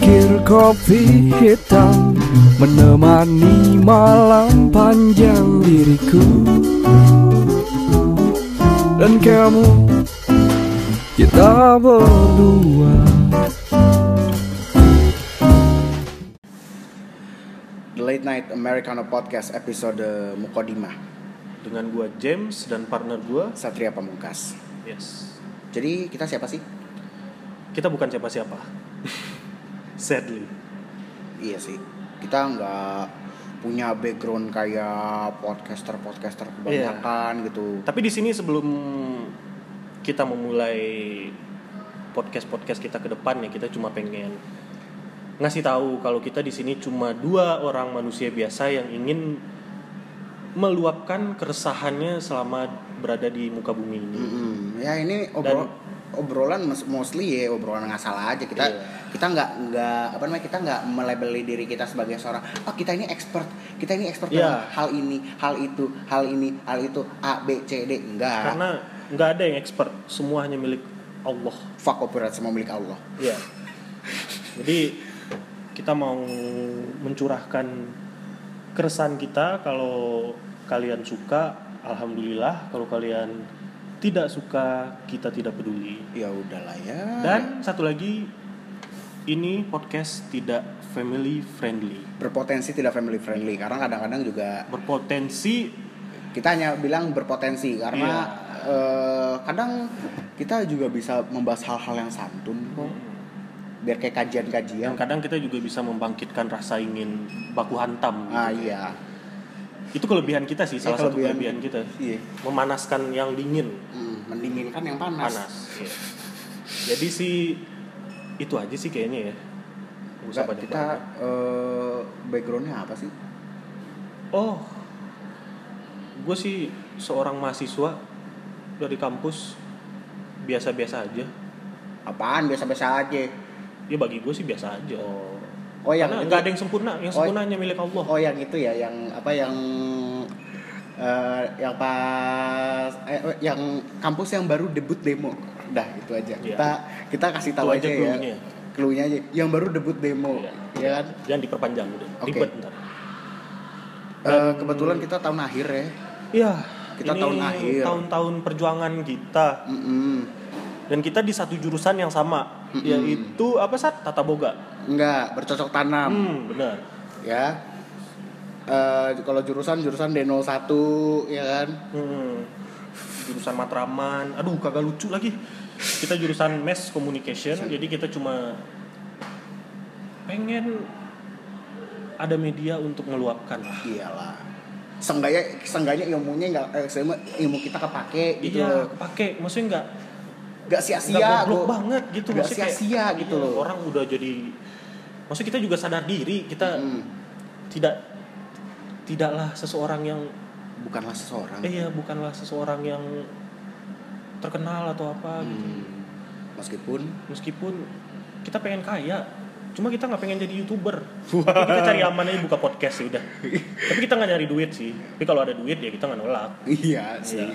secangkir kopi hitam menemani malam panjang diriku. Dan kamu, kita berdua. The Late Night Americano Podcast episode Mukodimah dengan gua James dan partner gua Satria Pamungkas. Yes. Jadi kita siapa sih? Kita bukan siapa-siapa. Sadly. Iya sih. Kita nggak punya background kayak podcaster kebanyakan gitu. Tapi di sini sebelum kita memulai podcast kita ke depan ya, kita cuma pengen ngasih tahu kalau kita di sini cuma dua orang manusia biasa yang ingin meluapkan keresahannya selama berada di muka bumi ini. Ya ini obrolan mostly ya obrolan ngasal aja. Kita nggak melabeli diri kita sebagai seorang kita ini expert dalam hal ini, hal itu, A B C D, enggak. Karena nggak ada yang expert, semua hanya milik Allah. Fuck copyright, semua milik Allah. Iya. Jadi kita mau mencurahkan keresahan kita. Kalau kalian suka, alhamdulillah. Kalau kalian tidak suka, kita tidak peduli. Ya udahlah ya. Dan satu lagi, ini podcast tidak family friendly. Berpotensi tidak family friendly karena kadang-kadang juga berpotensi. Kita hanya bilang berpotensi karena kadang kita juga bisa membahas hal-hal yang santun kok. Biar kayak kajian-kajian. Dan kadang kita juga bisa membangkitkan rasa ingin baku hantam. Iya. Itu kelebihan kita sih, salah satu kelebihan kita. Iya. Memanaskan yang dingin. Mendinginkan yang panas. Iya. Jadi sih itu aja sih kayaknya ya. Kita backgroundnya apa sih? Oh, gue sih seorang mahasiswa dari kampus biasa-biasa aja. Apaan biasa-biasa aja? Ya bagi gue sih biasa aja. Oh yang karena nggak ada yang sempurna, yang sempurna hanya milik Allah. Oh yang itu ya, yang yang kampus yang baru debut demo. Dah itu aja. Ya. Kita kasih tahu aja ya. Cluenya aja. Yang baru debut demo, ya kan? Jangan diperpanjang udah. Okay. Ribet ntar. Kebetulan kita tahun akhir ya. Iya. Kita tahun akhir. Tahun-tahun perjuangan kita. Dan kita di satu jurusan yang sama, yaitu apa Sat? Tata Boga. Enggak, bercocok tanam. Benar. Ya. Kalau jurusan D01 ya kan. Jurusan Matraman. Aduh, kagak lucu lagi. Kita jurusan Mass Communication, jadi kita cuma pengen ada media untuk meluapkan lah. Iyalah. Seenggaknya ilmu kita kepake gitu. Iya, kepake. Maksudnya enggak sia-sia, goblok banget gitu. Enggak sia-sia gitu loh. Orang udah jadi, maksudnya kita juga sadar diri kita tidaklah seseorang yang bukanlah seseorang yang terkenal atau apa gitu. Meskipun kita pengen kaya, cuma kita nggak pengen jadi YouTuber. Kita cari aman aja buka podcast ya udah. Tapi kita nggak nyari duit sih. Tapi kalau ada duit ya kita nggak nolak. Iya sih.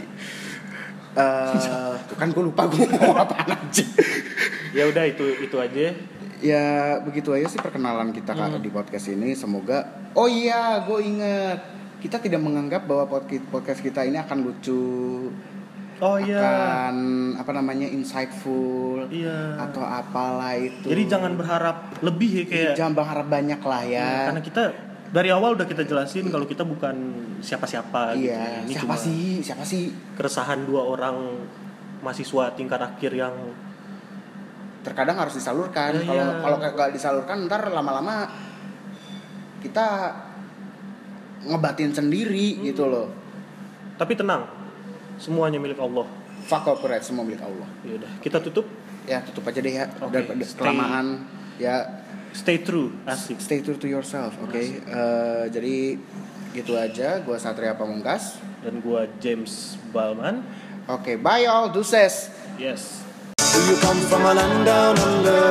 Tuh kan gue lupa gue mau apaan aja. Ya udah itu aja. Ya begitu aja sih perkenalan kita di podcast ini. Semoga. Oh iya, gue ingat kita tidak menganggap bahwa podcast kita ini akan lucu. Oh iya. Akan insightful. Iya. Atau apalah itu. Jadi jangan berharap lebih ya kayak. Jangan berharap banyak lah ya. Karena kita dari awal udah kita jelasin kalau kita bukan siapa-siapa gitu. Iya. Ini Siapa sih? Keresahan dua orang mahasiswa tingkat akhir yang terkadang harus disalurkan. Kalau nggak disalurkan ntar lama-lama kita ngebatin sendiri gitu loh. Tapi tenang, semuanya milik Allah. Fuck copyright, semua milik Allah. Ya udah, kita tutup. Ya tutup aja deh ya. Okay. Daripada kelamaan ya. Stay true, asik. Stay true to yourself, oke? Okay? Jadi gitu aja. Gua Satria Pamungkas dan gua James Balman. Oke, bye all, deuces. Yes. Do you come from a land down under?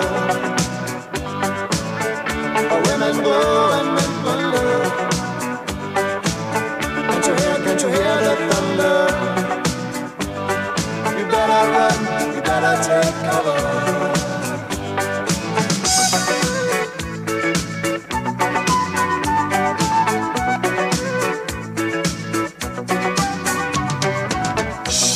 Where men go and men wonder. Can't you hear the thunder? You better run, you better take cover.